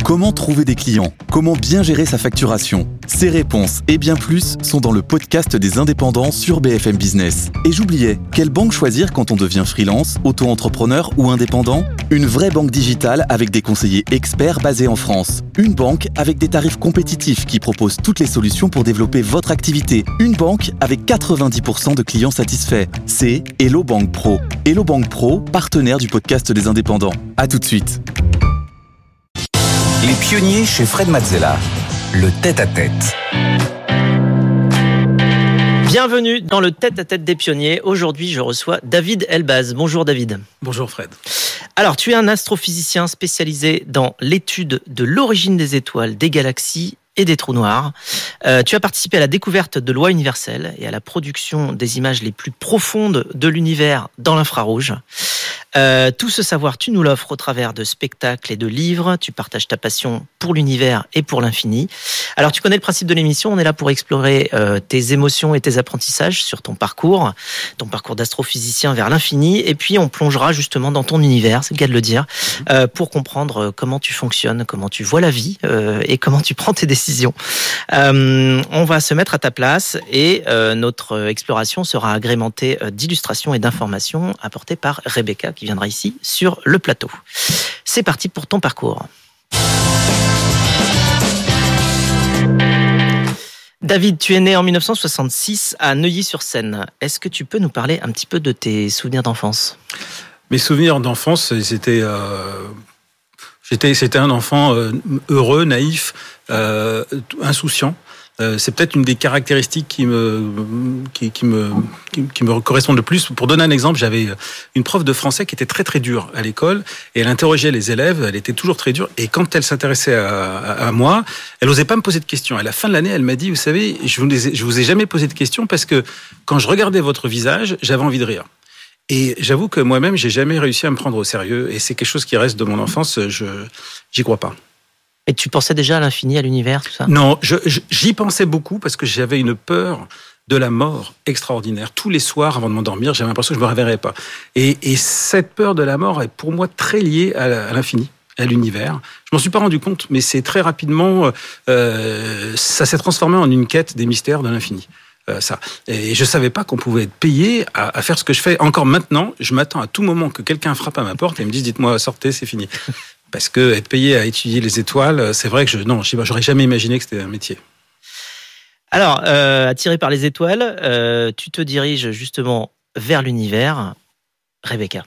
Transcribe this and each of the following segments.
Comment trouver des clients ? Comment bien gérer sa facturation ? Ces réponses et bien plus sont dans le podcast des indépendants sur BFM Business. Et j'oubliais, quelle banque choisir quand on devient freelance, auto-entrepreneur ou indépendant ? Une vraie banque digitale avec des conseillers experts basés en France. Une banque avec des tarifs compétitifs qui propose toutes les solutions pour développer votre activité. Une banque avec 90% de clients satisfaits. C'est Hello Bank Pro. Hello Bank Pro, partenaire du podcast des indépendants. À tout de suite. Les pionniers chez Fred Mazzella, le tête-à-tête. Bienvenue dans le tête-à-tête des pionniers. Aujourd'hui, je reçois David Elbaz. Bonjour David. Bonjour Fred. Alors, tu es un astrophysicien spécialisé dans l'étude de l'origine des étoiles, des galaxies et des trous noirs. Tu as participé à la découverte de lois universelles et à la production des images les plus profondes de l'univers dans l'infrarouge. Tout ce savoir, tu nous l'offres au travers de spectacles et de livres. Tu partages ta passion pour l'univers et pour l'infini. Alors, tu connais le principe de l'émission. On est là pour explorer tes émotions et tes apprentissages sur ton parcours d'astrophysicien vers l'infini. Et puis, on plongera justement dans ton univers, c'est le cas de le dire, pour comprendre comment tu fonctionnes, comment tu vois la vie et comment tu prends tes décisions. On va se mettre à ta place et notre exploration sera agrémentée d'illustrations et d'informations apportées par Rebecca, qui viendra ici sur le plateau. C'est parti pour ton parcours. David, tu es né en 1966 à Neuilly-sur-Seine. Est-ce que tu peux nous parler un petit peu de tes souvenirs d'enfance ? Mes souvenirs d'enfance, c'était un enfant heureux, naïf, insouciant. C'est peut-être une des caractéristiques qui me correspondent le plus. Pour donner un exemple, j'avais une prof de français qui était très très dure à l'école et elle interrogeait les élèves, elle était toujours très dure et quand elle s'intéressait à moi, elle osait pas me poser de questions. À la fin de l'année, elle m'a dit, vous savez, je vous ai jamais posé de questions parce que quand je regardais votre visage, j'avais envie de rire. Et j'avoue que moi-même, j'ai jamais réussi à me prendre au sérieux et c'est quelque chose qui reste de mon enfance, j'y crois pas. Et tu pensais déjà à l'infini, à l'univers, tout ça ? Non, j'y pensais beaucoup parce que j'avais une peur de la mort extraordinaire. Tous les soirs, avant de m'endormir, j'avais l'impression que je me réveillerais pas. Et cette peur de la mort est pour moi très liée à l'infini, à l'univers. Je m'en suis pas rendu compte, mais c'est très rapidement, ça s'est transformé en une quête des mystères de l'infini. Et je savais pas qu'on pouvait être payé à faire ce que je fais. Encore maintenant, je m'attends à tout moment que quelqu'un frappe à ma porte et me dise, dites-moi, sortez, c'est fini. Parce que être payé à étudier les étoiles, c'est vrai que j'aurais jamais imaginé que c'était un métier. Alors, attiré par les étoiles, tu te diriges justement vers l'univers. Rebecca.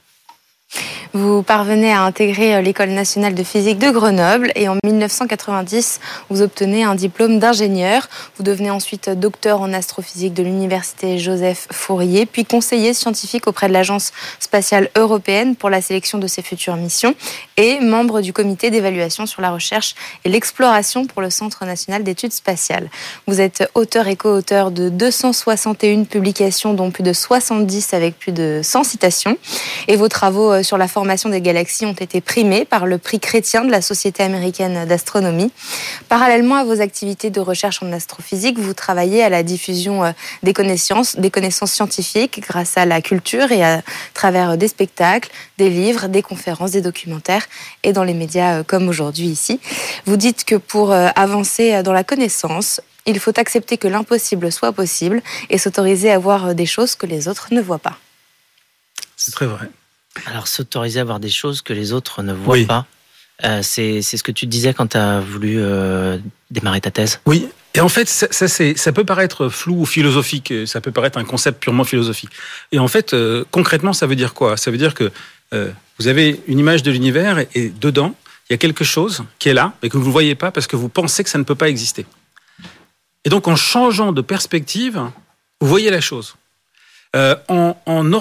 Vous parvenez à intégrer l'École nationale de physique de Grenoble et en 1990, vous obtenez un diplôme d'ingénieur. Vous devenez ensuite docteur en astrophysique de l'université Joseph Fourier, puis conseiller scientifique auprès de l'Agence spatiale européenne pour la sélection de ses futures missions et membre du comité d'évaluation sur la recherche et l'exploration pour le Centre national d'études spatiales. Vous êtes auteur et co-auteur de 261 publications, dont plus de 70 avec plus de 100 citations. Et vos travaux sur la formation des galaxies ont été primés par le prix Chrétien de la Société américaine d'astronomie. Parallèlement à vos activités de recherche en astrophysique, vous travaillez à la diffusion des connaissances scientifiques grâce à la culture et à travers des spectacles, des livres, des conférences, des documentaires et dans les médias comme aujourd'hui ici. Vous dites que pour avancer dans la connaissance, il faut accepter que l'impossible soit possible et s'autoriser à voir des choses que les autres ne voient pas. C'est très vrai. Alors, s'autoriser à voir des choses que les autres ne voient pas, c'est ce que tu disais quand tu as voulu démarrer ta thèse. Oui, et en fait, ça peut paraître flou ou philosophique, ça peut paraître un concept purement philosophique. Et en fait, concrètement, ça veut dire quoi ? Ça veut dire que vous avez une image de l'univers et dedans, il y a quelque chose qui est là, mais que vous ne voyez pas parce que vous pensez que ça ne peut pas exister. Et donc, en changeant de perspective, vous voyez la chose. En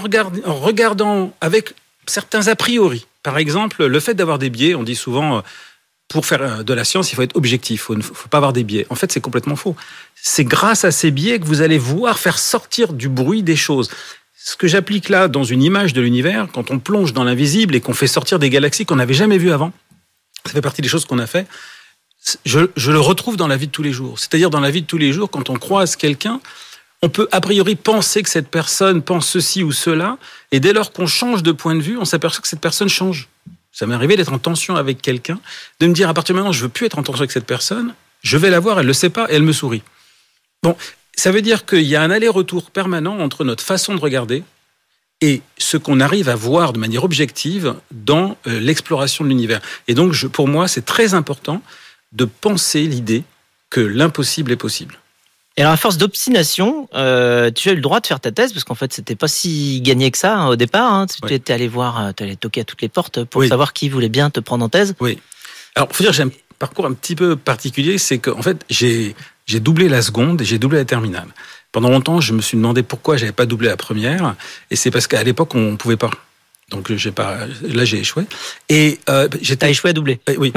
regardant avec certains a priori. Par exemple, le fait d'avoir des biais, on dit souvent, pour faire de la science, il faut être objectif, il ne faut pas avoir des biais. En fait, c'est complètement faux. C'est grâce à ces biais que vous allez voir faire sortir du bruit des choses. Ce que j'applique là dans une image de l'univers, quand on plonge dans l'invisible et qu'on fait sortir des galaxies qu'on n'avait jamais vues avant, ça fait partie des choses qu'on a fait, je le retrouve dans la vie de tous les jours. C'est-à-dire dans la vie de tous les jours, quand on croise quelqu'un, on peut a priori penser que cette personne pense ceci ou cela, et dès lors qu'on change de point de vue, on s'aperçoit que cette personne change. Ça m'est arrivé d'être en tension avec quelqu'un, de me dire à partir de maintenant, je veux plus être en tension avec cette personne, je vais la voir, elle le sait pas et elle me sourit. Bon, ça veut dire qu'il y a un aller-retour permanent entre notre façon de regarder et ce qu'on arrive à voir de manière objective dans l'exploration de l'univers. Et donc, pour moi, c'est très important de penser l'idée que l'impossible est possible. Et alors, à force d'obstination, tu as eu le droit de faire ta thèse, parce qu'en fait, c'était pas si gagné que ça au départ. Tu étais allé voir, tu allais toquer à toutes les portes pour savoir qui voulait bien te prendre en thèse. Oui. Alors, il faut dire que j'ai un parcours un petit peu particulier, c'est qu'en fait, j'ai doublé la seconde et j'ai doublé la terminale. Pendant longtemps, je me suis demandé pourquoi j'avais pas doublé la première, et c'est parce qu'à l'époque, on pouvait pas. Donc, là, j'ai échoué. Et t'as échoué à doubler. Oui.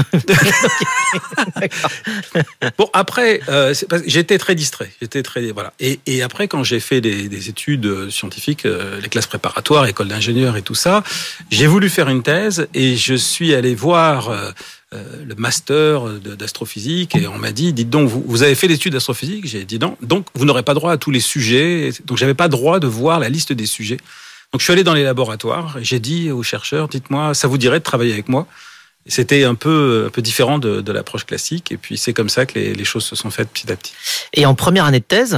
Bon, après, j'étais très distrait. Voilà. Et après, quand j'ai fait des études scientifiques, les classes préparatoires, école d'ingénieur et tout ça, j'ai voulu faire une thèse et je suis allé voir le master d'astrophysique et on m'a dit, dites donc, vous avez fait l'étude d'astrophysique? J'ai dit non. Donc, vous n'aurez pas droit à tous les sujets. Donc, j'avais pas droit de voir la liste des sujets. Donc, je suis allé dans les laboratoires et j'ai dit aux chercheurs, dites-moi, ça vous dirait de travailler avec moi? Et c'était un peu différent de l'approche classique. Et puis, c'est comme ça que les choses se sont faites petit à petit. Et en première année de thèse,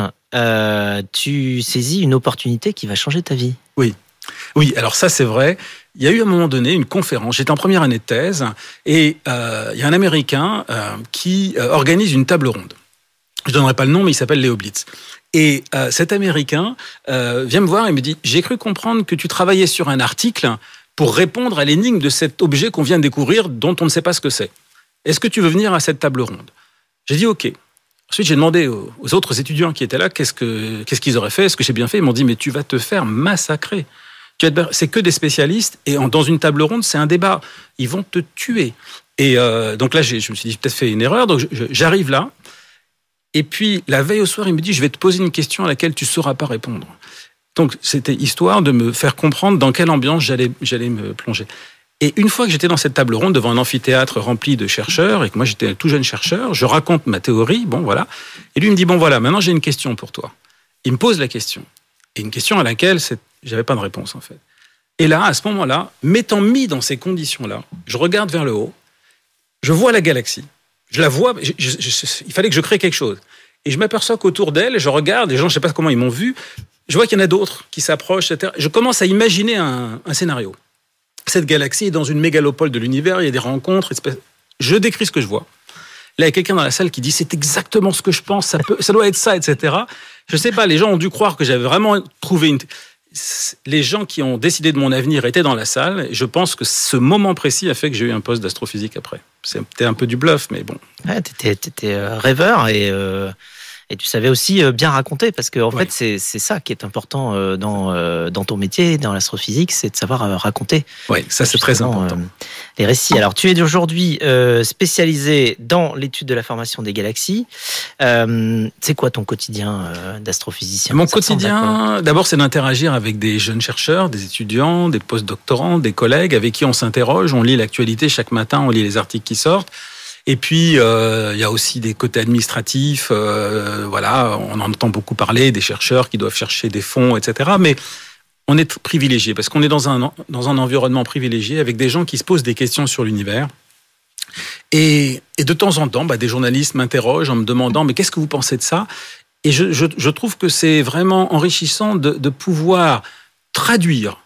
tu saisis une opportunité qui va changer ta vie. Oui, alors ça, c'est vrai. Il y a eu à un moment donné une conférence. J'étais en première année de thèse et il y a un Américain qui organise une table ronde. Je ne donnerai pas le nom, mais il s'appelle Leo Blitz. Et cet Américain vient me voir et me dit « J'ai cru comprendre que tu travaillais sur un article pour répondre à l'énigme de cet objet qu'on vient de découvrir dont on ne sait pas ce que c'est. Est-ce que tu veux venir à cette table ronde ?» J'ai dit « Ok ». Ensuite, j'ai demandé aux autres étudiants qui étaient là qu'est-ce qu'ils auraient fait, est-ce que j'ai bien fait. Ils m'ont dit « Mais tu vas te faire massacrer. C'est que des spécialistes et dans une table ronde, c'est un débat. Ils vont te tuer. » Et donc là, je me suis dit « J'ai peut-être fait une erreur. » Donc j'arrive là. Et puis, la veille au soir, il me dit, je vais te poser une question à laquelle tu ne sauras pas répondre. Donc, c'était histoire de me faire comprendre dans quelle ambiance j'allais me plonger. Et une fois que j'étais dans cette table ronde, devant un amphithéâtre rempli de chercheurs, et que moi, j'étais un tout jeune chercheur, je raconte ma théorie, bon, voilà. Et lui, il me dit, bon, voilà, maintenant, j'ai une question pour toi. Il me pose la question. Et une question à laquelle j'avais pas de réponse, en fait. Et là, à ce moment-là, m'étant mis dans ces conditions-là, je regarde vers le haut, je vois la galaxie. Je la vois, il fallait que je crée quelque chose. Et je m'aperçois qu'autour d'elle, je regarde, les gens, je ne sais pas comment ils m'ont vu, je vois qu'il y en a d'autres qui s'approchent, etc. Je commence à imaginer un scénario. Cette galaxie est dans une mégalopole de l'univers, il y a des rencontres, je décris ce que je vois. Là, il y a quelqu'un dans la salle qui dit « C'est exactement ce que je pense, ça doit être ça, etc. » Je ne sais pas, les gens ont dû croire que j'avais vraiment trouvé une... Les gens qui ont décidé de mon avenir étaient dans la salle. Et je pense que ce moment précis a fait que j'ai eu un poste d'astrophysique après. C'était un peu du bluff, mais bon. Ouais, t'étais rêveur et tu savais aussi bien raconter, parce que en fait, c'est ça qui est important dans ton métier, dans l'astrophysique, c'est de savoir raconter. Oui, ça c'est très important. Les récits. Alors, tu es aujourd'hui spécialisé dans l'étude de la formation des galaxies. C'est quoi ton quotidien d'astrophysicien? Mon quotidien, d'abord, c'est d'interagir avec des jeunes chercheurs, des étudiants, des postdoctorants, des collègues avec qui on s'interroge. On lit l'actualité chaque matin, on lit les articles qui sortent. Et puis, il y a aussi des côtés administratifs. Voilà, on en entend beaucoup parler, des chercheurs qui doivent chercher des fonds, etc. Mais on est privilégié parce qu'on est dans un environnement privilégié avec des gens qui se posent des questions sur l'univers. Et de temps en temps, des journalistes m'interrogent en me demandant « Mais qu'est-ce que vous pensez de ça ?» Et je trouve que c'est vraiment enrichissant de pouvoir traduire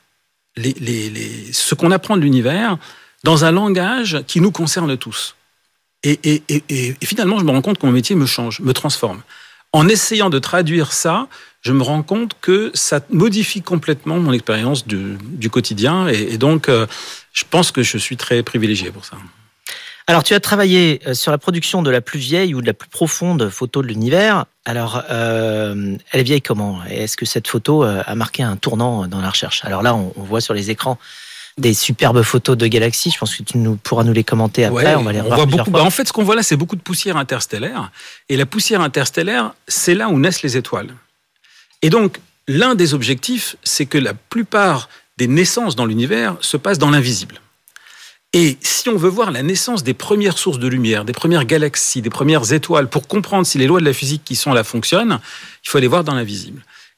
ce qu'on apprend de l'univers dans un langage qui nous concerne tous. Et finalement, je me rends compte que mon métier me change, me transforme. En essayant de traduire ça, je me rends compte que ça modifie complètement mon expérience du quotidien. Et donc, je pense que je suis très privilégié pour ça. Alors, tu as travaillé sur la production de la plus vieille ou de la plus profonde photo de l'univers. Alors, elle est vieille comment? Est-ce que cette photo a marqué un tournant dans la recherche? Alors là, on voit sur les écrans des superbes photos de galaxies. Je pense que tu pourras nous les commenter après. Ouais, on va les revoir voit beaucoup. fois. En fait, ce qu'on voit là, c'est beaucoup de poussière interstellaire. Et la poussière interstellaire, c'est là où naissent les étoiles. Et donc, l'un des objectifs, c'est que la plupart des naissances dans l'univers se passent dans l'invisible. Et si on veut voir la naissance des premières sources de lumière, des premières galaxies, des premières étoiles, pour comprendre si les lois de la physique qui sont là fonctionnent, il faut aller voir dans l'invisible.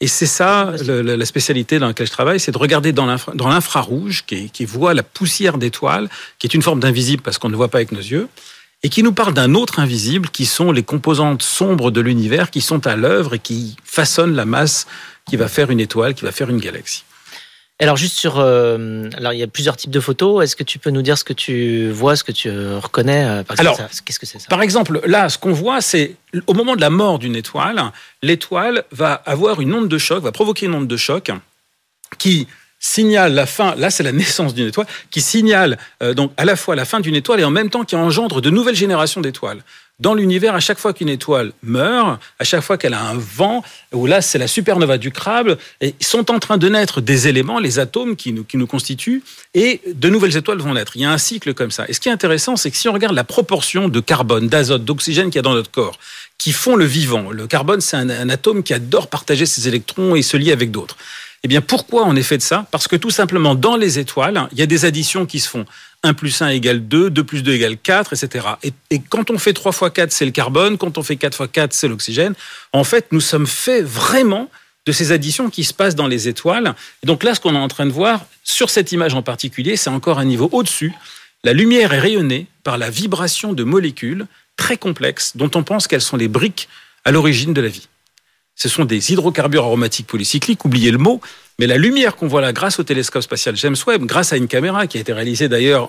Et c'est ça, la spécialité dans laquelle je travaille, c'est de regarder dans l'infrarouge, qui voit la poussière d'étoiles, qui est une forme d'invisible parce qu'on ne le voit pas avec nos yeux, et qui nous parle d'un autre invisible, qui sont les composantes sombres de l'univers, qui sont à l'œuvre et qui façonnent la masse qui va faire une étoile, qui va faire une galaxie. Alors juste alors il y a plusieurs types de photos. Est-ce que tu peux nous dire ce que tu vois, ce que tu reconnais? Qu'est-ce que c'est ça? Par exemple, là, ce qu'on voit, c'est au moment de la mort d'une étoile, l'étoile va avoir une onde de choc, va provoquer une onde de choc qui signale la fin. Là, c'est la naissance d'une étoile qui signale donc à la fois la fin d'une étoile et en même temps qui engendre de nouvelles générations d'étoiles. Dans l'univers, à chaque fois qu'une étoile meurt, à chaque fois qu'elle a un vent, où là, c'est la supernova du Crabbe, et sont en train de naître des éléments, les atomes qui nous constituent, et de nouvelles étoiles vont naître. Il y a un cycle comme ça. Et ce qui est intéressant, c'est que si on regarde la proportion de carbone, d'azote, d'oxygène qu'il y a dans notre corps, qui font le vivant, le carbone, c'est un atome qui adore partager ses électrons et se lier avec d'autres. Eh bien, pourquoi on est fait de ça? Parce que tout simplement, dans les étoiles, il y a des additions qui se font. 1 plus 1 égale 2, 2 plus 2 égale 4, etc. Et quand on fait 3 fois 4, c'est le carbone. Quand on fait 4 fois 4, c'est l'oxygène. En fait, nous sommes faits vraiment de ces additions qui se passent dans les étoiles. Et donc là, ce qu'on est en train de voir, sur cette image en particulier, c'est encore un niveau au-dessus. La lumière est rayonnée par la vibration de molécules très complexes dont on pense qu'elles sont les briques à l'origine de la vie. Ce sont des hydrocarbures aromatiques polycycliques, oubliez le mot, mais la lumière qu'on voit là grâce au télescope spatial James Webb, grâce à une caméra qui a été réalisée d'ailleurs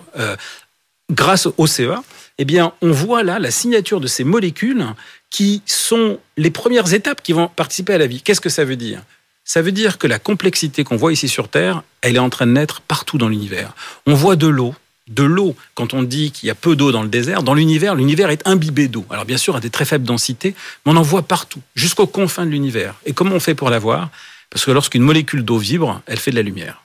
grâce au CEA, eh bien, on voit là la signature de ces molécules qui sont les premières étapes qui vont participer à la vie. Qu'est-ce que ça veut dire? Ça veut dire que la complexité qu'on voit ici sur Terre, elle est en train de naître partout dans l'univers. On voit de l'eau. Quand on dit qu'il y a peu d'eau dans le désert, dans l'univers est imbibé d'eau. Alors bien sûr, à des très faibles densités, mais on en voit partout, jusqu'aux confins de l'univers. Et comment on fait pour la voir? Parce que lorsqu'une molécule d'eau vibre, elle fait de la lumière.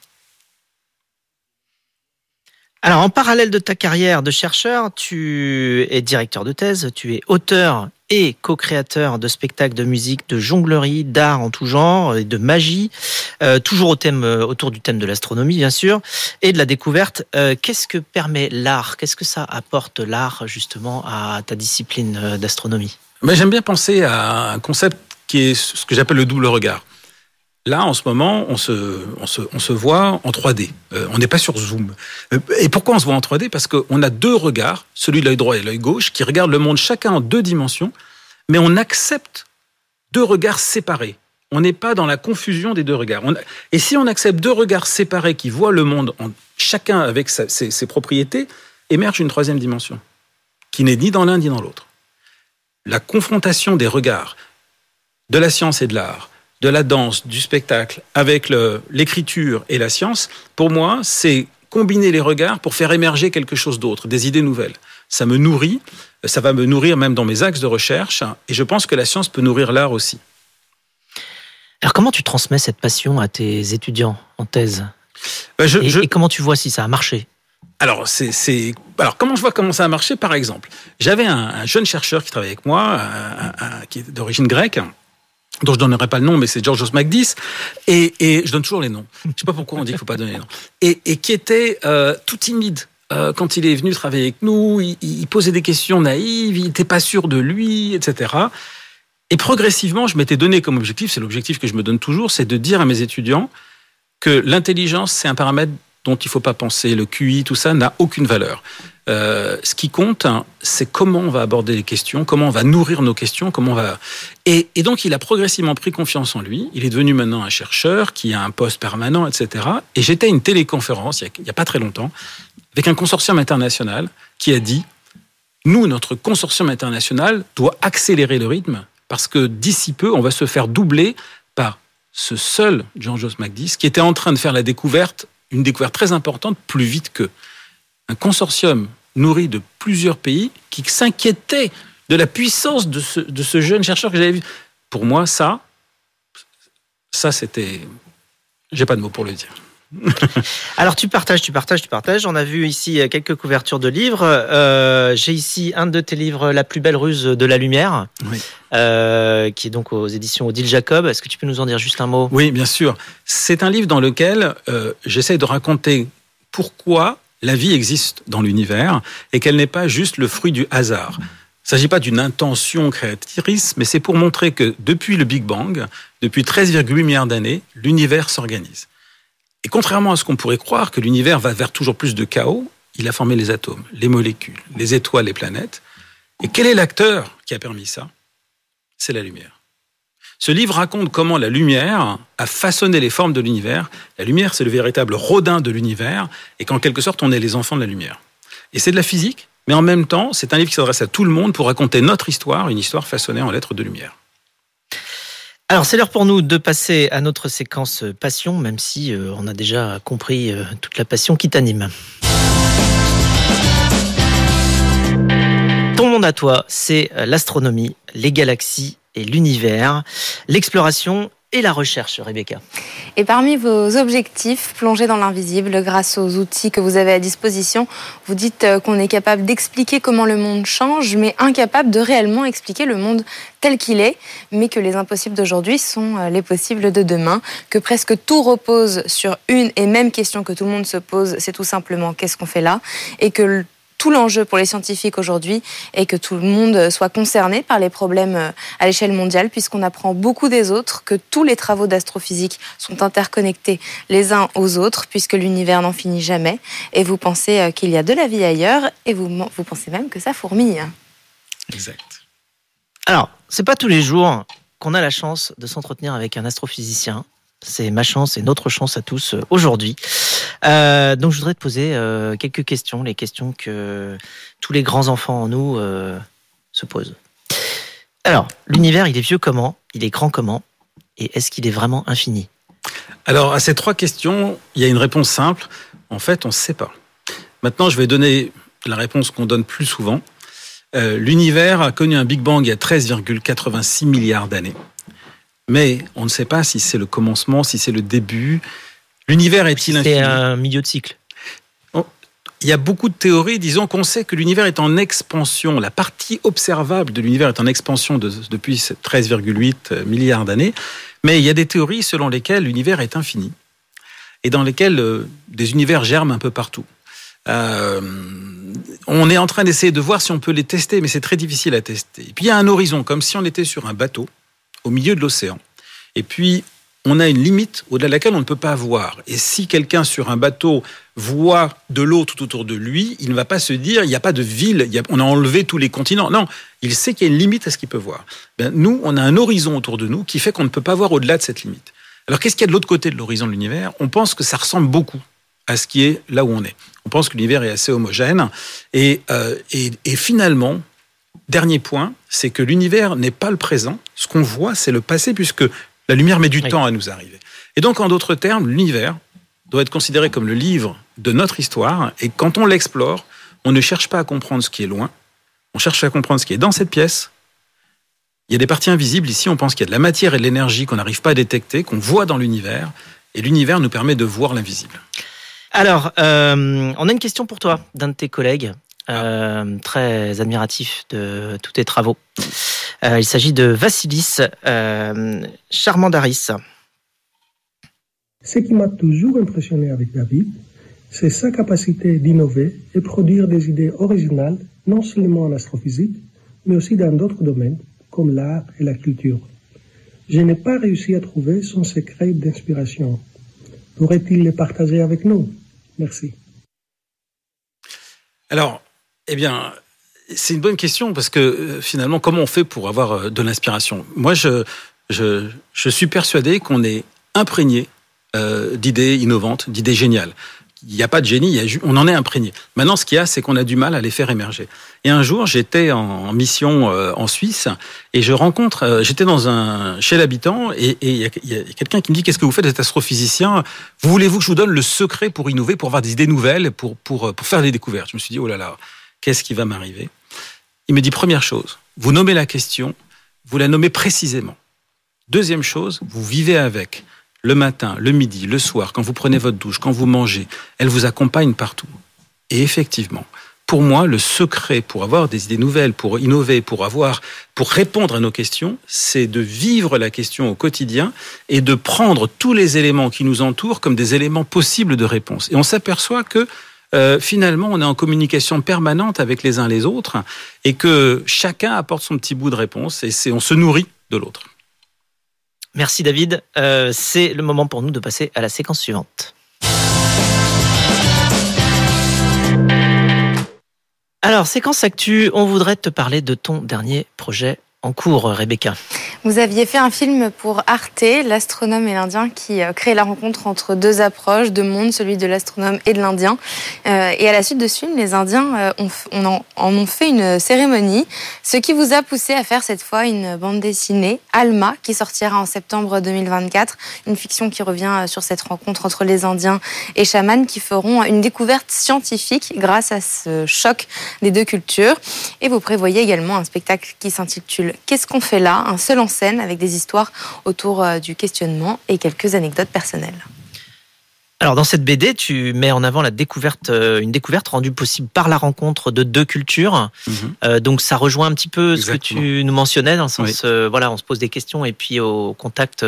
Alors, en parallèle de ta carrière de chercheur, tu es directeur de thèse, tu es auteur et co-créateur de spectacles de musique, de jonglerie, d'art en tout genre, et de magie, toujours autour du thème de l'astronomie, bien sûr, et de la découverte. Qu'est-ce que permet l'art? Qu'est-ce que ça apporte, l'art, justement, à ta discipline d'astronomie? J'aime bien penser à un concept qui est ce que j'appelle le double regard. Là, en ce moment, on se voit en 3D. On n'est pas sur Zoom. Et pourquoi on se voit en 3D? Parce qu'on a deux regards, celui de l'œil droit et l'œil gauche, qui regardent le monde chacun en 2 dimensions, mais on accepte 2 regards séparés. On n'est pas dans la confusion des 2 regards. Et si on accepte 2 regards séparés qui voient le monde, chacun avec ses propriétés, émerge une 3e dimension, qui n'est ni dans l'un ni dans l'autre. La confrontation des regards de la science et de l'art, de la danse, du spectacle, avec l'écriture et la science, pour moi, c'est combiner les regards pour faire émerger quelque chose d'autre, des idées nouvelles. Ça me nourrit, ça va me nourrir même dans mes axes de recherche, et je pense que la science peut nourrir l'art aussi. Alors comment tu transmets cette passion à tes étudiants en thèse? Et comment tu vois si ça a marché? Alors, comment je vois comment ça a marché? Par exemple, j'avais un jeune chercheur qui travaillait avec moi, qui est d'origine grecque, dont je ne donnerai pas le nom, mais c'est Georgios Magdis, et je donne toujours les noms. Je ne sais pas pourquoi on dit qu'il ne faut pas donner les noms. Et qui était tout timide. Quand il est venu travailler avec nous, il posait des questions naïves, il n'était pas sûr de lui, etc. Et progressivement, je m'étais donné comme objectif, c'est l'objectif que je me donne toujours, c'est de dire à mes étudiants que l'intelligence, c'est un paramètre dont il ne faut pas penser. Le QI, tout ça, n'a aucune valeur. Ce qui compte, c'est comment on va aborder les questions, comment on va nourrir nos questions, Et donc, il a progressivement pris confiance en lui. Il est devenu maintenant un chercheur qui a un poste permanent, etc. Et j'étais à une téléconférence, il n'y a pas très longtemps, avec un consortium international qui a dit « Nous, notre consortium international doit accélérer le rythme parce que d'ici peu, on va se faire doubler par ce seul Georgios Magdis qui était en train de faire une découverte très importante, plus vite qu'eux. » Un consortium nourri de plusieurs pays qui s'inquiétaient de la puissance de ce jeune chercheur que j'avais vu. Pour moi, ça c'était... J'ai pas de mots pour le dire. Alors tu partages. On a vu ici quelques couvertures de livres. J'ai ici un de tes livres, La plus belle ruse de la lumière, oui. Qui est donc aux éditions Odile Jacob. Est-ce que tu peux nous en dire juste un mot? Oui, bien sûr. C'est un livre dans lequel j'essaie de raconter pourquoi la vie existe dans l'univers et qu'elle n'est pas juste le fruit du hasard. ne s'agit pas d'une intention créatrice, mais c'est pour montrer que depuis le Big Bang, depuis 13,8 milliards d'années, l'univers s'organise. Et contrairement à ce qu'on pourrait croire, que l'univers va vers toujours plus de chaos, il a formé les atomes, les molécules, les étoiles, les planètes. Et quel est l'acteur qui a permis ça ? C'est la lumière. Ce livre raconte comment la lumière a façonné les formes de l'univers. La lumière, c'est le véritable rodin de l'univers, et qu'en quelque sorte, on est les enfants de la lumière. Et c'est de la physique, mais en même temps, c'est un livre qui s'adresse à tout le monde pour raconter notre histoire, une histoire façonnée en lettres de lumière. Alors, c'est l'heure pour nous de passer à notre séquence passion, même si on a déjà compris toute la passion qui t'anime. Ton monde à toi, c'est l'astronomie, les galaxies et l'univers, l'exploration et la recherche, Rebecca. Et parmi vos objectifs, plonger dans l'invisible grâce aux outils que vous avez à disposition, vous dites qu'on est capable d'expliquer comment le monde change, mais incapable de réellement expliquer le monde tel qu'il est, mais que les impossibles d'aujourd'hui sont les possibles de demain, que presque tout repose sur une et même question que tout le monde se pose, c'est tout simplement qu'est-ce qu'on fait là, et que tout l'enjeu pour les scientifiques aujourd'hui est que tout le monde soit concerné par les problèmes à l'échelle mondiale, puisqu'on apprend beaucoup des autres, que tous les travaux d'astrophysique sont interconnectés les uns aux autres, puisque l'univers n'en finit jamais. Et vous pensez qu'il y a de la vie ailleurs, et vous pensez même que ça fourmille. Exact. Alors, c'est pas tous les jours qu'on a la chance de s'entretenir avec un astrophysicien. C'est ma chance et notre chance à tous aujourd'hui. Donc je voudrais te poser quelques questions, les questions que tous les grands enfants en nous se posent. Alors, l'univers, il est vieux comment ? Il est grand comment ? Et est-ce qu'il est vraiment infini ? Alors, à ces trois questions, il y a une réponse simple. En fait, on ne sait pas. Maintenant, je vais donner la réponse qu'on donne plus souvent. L'univers a connu un Big Bang il y a 13,86 milliards d'années. Mais on ne sait pas si c'est le commencement, si c'est le début. L'univers est-il infini ? C'est un milieu de cycle. Il y a beaucoup de théories, disons qu'on sait que l'univers est en expansion. La partie observable de l'univers est en expansion depuis 13,8 milliards d'années. Mais il y a des théories selon lesquelles l'univers est infini et dans lesquelles des univers germent un peu partout. On est en train d'essayer de voir si on peut les tester, mais c'est très difficile à tester. Et puis il y a un horizon, comme si on était sur un bateau au milieu de l'océan. Et puis, on a une limite au-delà de laquelle on ne peut pas voir. Et si quelqu'un sur un bateau voit de l'eau tout autour de lui, il ne va pas se dire, il n'y a pas de ville, on a enlevé tous les continents. Non, il sait qu'il y a une limite à ce qu'il peut voir. Nous, on a un horizon autour de nous qui fait qu'on ne peut pas voir au-delà de cette limite. Alors, qu'est-ce qu'il y a de l'autre côté de l'horizon de l'univers ? On pense que ça ressemble beaucoup à ce qui est là où on est. On pense que l'univers est assez homogène. Et finalement, dernier point, c'est que l'univers n'est pas le présent. Ce qu'on voit, c'est le passé, puisque la lumière met du temps à nous arriver. Et donc, en d'autres termes, l'univers doit être considéré comme le livre de notre histoire. Et quand on l'explore, on ne cherche pas à comprendre ce qui est loin. On cherche à comprendre ce qui est dans cette pièce. Il y a des parties invisibles. Ici, on pense qu'il y a de la matière et de l'énergie qu'on n'arrive pas à détecter, qu'on voit dans l'univers. Et l'univers nous permet de voir l'invisible. Alors, on a une question pour toi, d'un de tes collègues. Très admiratif de tous tes travaux. Il s'agit de Vassilis Charmandaris. Ce qui m'a toujours impressionné avec David, c'est sa capacité d'innover et produire des idées originales, non seulement en astrophysique, mais aussi dans d'autres domaines, comme l'art et la culture. Je n'ai pas réussi à trouver son secret d'inspiration. Pourrait-il les partager avec nous ? Merci. Alors, c'est une bonne question parce que finalement, comment on fait pour avoir de l'inspiration ? Moi, je suis persuadé qu'on est imprégné d'idées innovantes, d'idées géniales. Il n'y a pas de génie, on en est imprégné. Maintenant, ce qu'il y a, c'est qu'on a du mal à les faire émerger. Et un jour, j'étais en mission en Suisse et j'étais chez l'habitant et il y a quelqu'un qui me dit « Qu'est-ce que vous faites, vous êtes astrophysicien ? Voulez-vous que je vous donne le secret pour innover, pour avoir des idées nouvelles, pour faire des découvertes ?» Je me suis dit « Oh là là, qu'est-ce qui va m'arriver ?» Il me dit « Première chose, vous nommez la question, vous la nommez précisément. Deuxième chose, vous vivez avec. Le matin, le midi, le soir, quand vous prenez votre douche, quand vous mangez, elle vous accompagne partout. » Et effectivement, pour moi, le secret pour avoir des idées nouvelles, pour innover, pour répondre à nos questions, c'est de vivre la question au quotidien et de prendre tous les éléments qui nous entourent comme des éléments possibles de réponse. Et on s'aperçoit que finalement, on est en communication permanente avec les uns les autres et que chacun apporte son petit bout de réponse et on se nourrit de l'autre. Merci David. C'est le moment pour nous de passer à la séquence suivante. Alors, séquence actu, on voudrait te parler de ton dernier projet en cours, Rebecca. Vous aviez fait un film pour Arte, l'astronome et l'Indien, qui crée la rencontre entre deux approches, deux mondes, celui de l'astronome et de l'Indien. Et à la suite de ce film, les Indiens en ont fait une cérémonie, ce qui vous a poussé à faire cette fois une bande dessinée, Alma, qui sortira en septembre 2024. Une fiction qui revient sur cette rencontre entre les Indiens et chamans qui feront une découverte scientifique grâce à ce choc des deux cultures. Et vous prévoyez également un spectacle qui s'intitule « Qu'est-ce qu'on fait là ?» un seul en scène avec des histoires autour du questionnement et quelques anecdotes personnelles. Alors dans cette BD, tu mets en avant une découverte rendue possible par la rencontre de deux cultures. Donc ça rejoint un petit peu ce que tu nous mentionnais dans le sens, on se pose des questions et puis au contact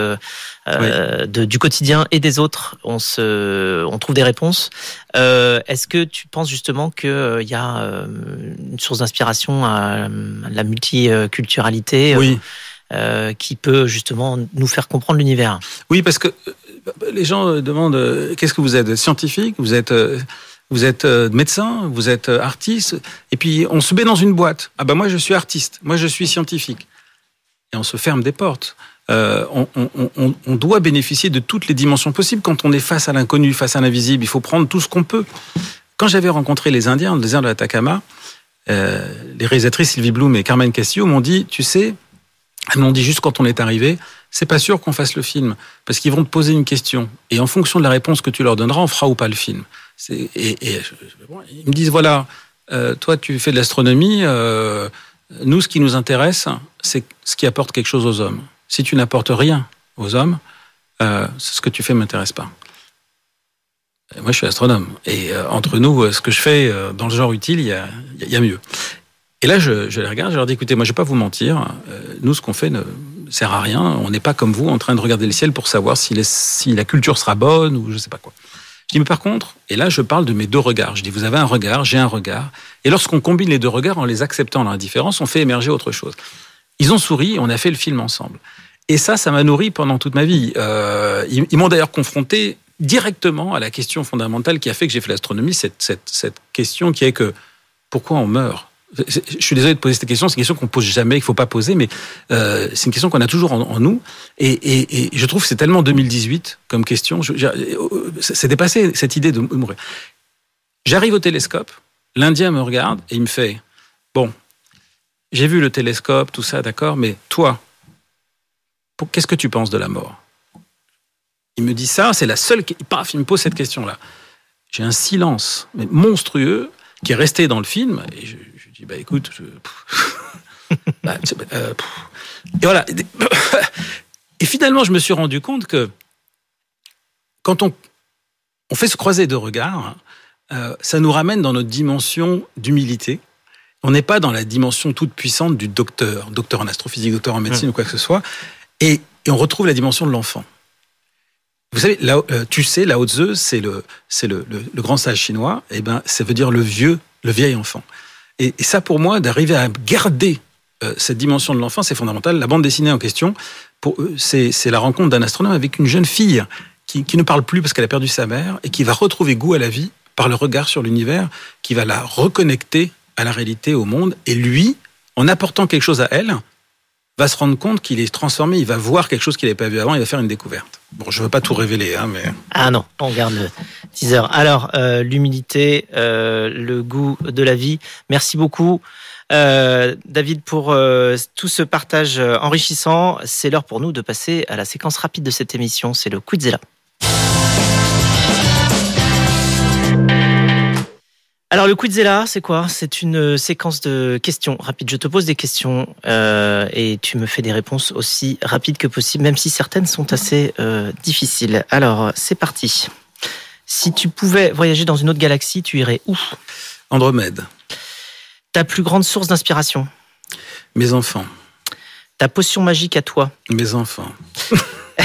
du quotidien et des autres, on trouve des réponses. Est-ce que tu penses justement qu'il y a une source d'inspiration à la multiculturalité qui peut justement nous faire comprendre l'univers? Oui, parce que les gens demandent qu'est-ce que vous êtes, scientifique, vous êtes médecin, vous êtes artiste, et puis on se met dans une boîte. Ah ben moi je suis artiste, moi je suis scientifique, et on se ferme des portes. On doit bénéficier de toutes les dimensions possibles. Quand on est face à l'inconnu, face à l'invisible, il faut prendre tout ce qu'on peut. Quand j'avais rencontré les Indiens dans le désert de l'Atacama, les réalisatrices Sylvie Bloom et Carmen Castillo m'ont dit, tu sais, elles m'ont dit juste quand on est arrivé, c'est pas sûr qu'on fasse le film, parce qu'ils vont te poser une question, et en fonction de la réponse que tu leur donneras, on fera ou pas le film. Ils me disent, voilà, toi tu fais de l'astronomie, nous ce qui nous intéresse, c'est ce qui apporte quelque chose aux hommes. Si tu n'apportes rien aux hommes, ce que tu fais ne m'intéresse pas. Et moi je suis astronome, et entre nous, ce que je fais dans le genre utile, il y a mieux. Et là, je les regarde, je leur dis, écoutez, moi, je ne vais pas vous mentir, nous, ce qu'on fait ne sert à rien, on n'est pas comme vous en train de regarder le ciel pour savoir si la culture sera bonne ou je ne sais pas quoi. Je dis, mais par contre, et là, je parle de mes deux regards. Je dis, vous avez un regard, j'ai un regard, et lorsqu'on combine les deux regards, en les acceptant leur différence, on fait émerger autre chose. Ils ont souri, on a fait le film ensemble. Et ça m'a nourri pendant toute ma vie. Ils m'ont d'ailleurs confronté directement à la question fondamentale qui a fait que j'ai fait l'astronomie, cette question qui est que, pourquoi on meurt ? Je suis désolé de poser cette question, c'est une question qu'on pose jamais, qu'il faut pas poser, mais c'est une question qu'on a toujours en nous. Et je trouve que c'est tellement 2018 comme question. C'est dépassé cette idée de mourir. J'arrive au télescope, l'Indien me regarde et il me fait « Bon, j'ai vu le télescope, tout ça, d'accord, mais toi, qu'est-ce que tu penses de la mort ?» Il me dit ça, c'est la seule... Paf, il me pose cette question-là. J'ai un silence mais monstrueux qui est resté dans le film, et je dis, bah écoute, et voilà. Et finalement, je me suis rendu compte que quand on fait se croiser deux regards, ça nous ramène dans notre dimension d'humilité. On n'est pas dans la dimension toute puissante du docteur en astrophysique, docteur en médecine ou quoi que ce soit, et on retrouve la dimension de l'enfant. Vous savez, Lao Tzu, c'est le grand sage chinois, et ça veut dire le vieil enfant. Et ça, pour moi, d'arriver à garder cette dimension de l'enfant, c'est fondamental. La bande dessinée en question, c'est la rencontre d'un astronome avec une jeune fille qui ne parle plus parce qu'elle a perdu sa mère et qui va retrouver goût à la vie par le regard sur l'univers, qui va la reconnecter à la réalité, au monde. Et lui, en apportant quelque chose à elle, va se rendre compte qu'il est transformé, il va voir quelque chose qu'il n'avait pas vu avant, il va faire une découverte. Bon, je ne veux pas tout révéler, mais... Ah non, on garde le teaser. Alors, l'humilité, le goût de la vie. Merci beaucoup, David, pour tout ce partage enrichissant. C'est l'heure pour nous de passer à la séquence rapide de cette émission, c'est le Quizella. Alors le Quizella, c'est quoi ? C'est une séquence de questions rapides. Je te pose des questions et tu me fais des réponses aussi rapides que possible, même si certaines sont assez difficiles. Alors c'est parti. Si tu pouvais voyager dans une autre galaxie, tu irais où ? Andromède. Ta plus grande source d'inspiration ? Mes enfants. Ta potion magique à toi ? Mes enfants.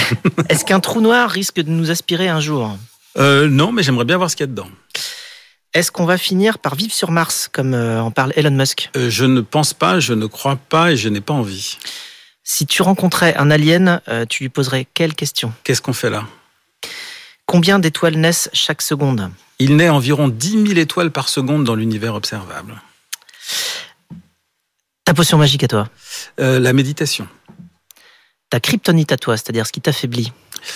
Est-ce qu'un trou noir risque de nous aspirer un jour ? Non, mais j'aimerais bien voir ce qu'il y a dedans. Est-ce qu'on va finir par vivre sur Mars, comme en parle Elon Musk ? Je ne pense pas, je ne crois pas et je n'ai pas envie. Si tu rencontrais un alien, tu lui poserais quelle question ? Qu'est-ce qu'on fait là ? Combien d'étoiles naissent chaque seconde ? Il naît environ 10 000 étoiles par seconde dans l'univers observable. Ta potion magique à toi ? La méditation. Ta kryptonite à toi, c'est-à-dire ce qui t'affaiblit ?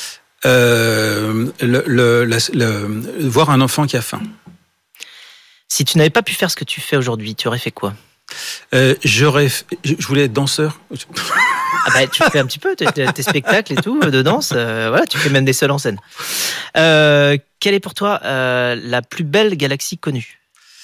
Voir un enfant qui a faim. Si tu n'avais pas pu faire ce que tu fais aujourd'hui, tu aurais fait quoi ? Je voulais être danseur. Ah bah, tu fais un petit peu tes spectacles et tout de danse. Voilà, tu fais même des seuls en scène. Quelle est pour toi la plus belle galaxie connue ?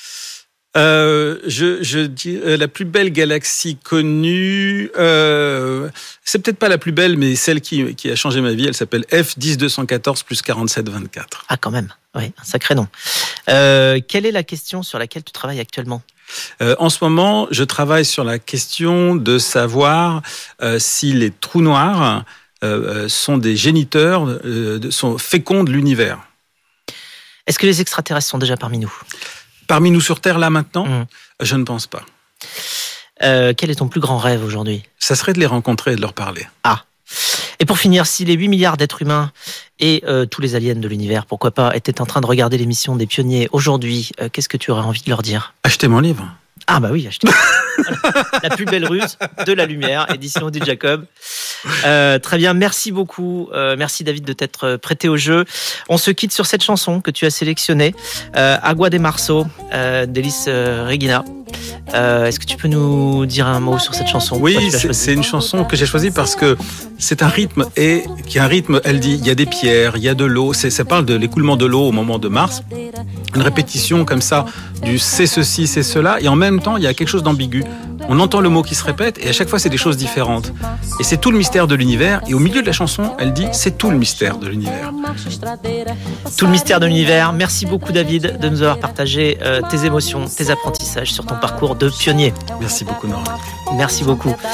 Je dis la plus belle galaxie connue. C'est peut-être pas la plus belle, mais celle qui a changé ma vie. Elle s'appelle F10214 plus 4724. Ah, quand même. Oui, un sacré nom. Quelle est la question sur laquelle tu travailles actuellement ? En ce moment, je travaille sur la question de savoir si les trous noirs sont des géniteurs, sont féconds de l'univers. Est-ce que les extraterrestres sont déjà parmi nous ? Parmi nous sur Terre, là, maintenant, je ne pense pas. Quel est ton plus grand rêve aujourd'hui ? Ça serait de les rencontrer et de leur parler. Ah. Et pour finir, si les 8 milliards d'êtres humains et tous les aliens de l'univers, pourquoi pas, étaient en train de regarder l'émission des pionniers aujourd'hui, qu'est-ce que tu aurais envie de leur dire ? Achetez mon livre. Ah bah oui, achetez. La plus belle ruse de la lumière, édition du Jacob. Très bien, merci beaucoup. Merci David de t'être prêté au jeu. On se quitte sur cette chanson que tu as sélectionnée, Agua de Marzo, d'Elis Regina. Est-ce que tu peux nous dire un mot sur cette chanson ? Oui, c'est une chanson que j'ai choisie parce que c'est un rythme elle dit, il y a des pierres, il y a de l'eau, ça parle de l'écoulement de l'eau au moment de Mars. Une répétition comme ça du c'est ceci, c'est cela, et en même temps, il y a quelque chose d'ambigu. On entend le mot qui se répète, et à chaque fois, c'est des choses différentes. Et c'est tout le mystère de l'univers, et au milieu de la chanson, elle dit, c'est tout le mystère de l'univers. Tout le mystère de l'univers. Merci beaucoup David de nous avoir partagé tes émotions, tes apprentissages sur ton parcours de pionnier. Merci beaucoup Nora. Merci beaucoup.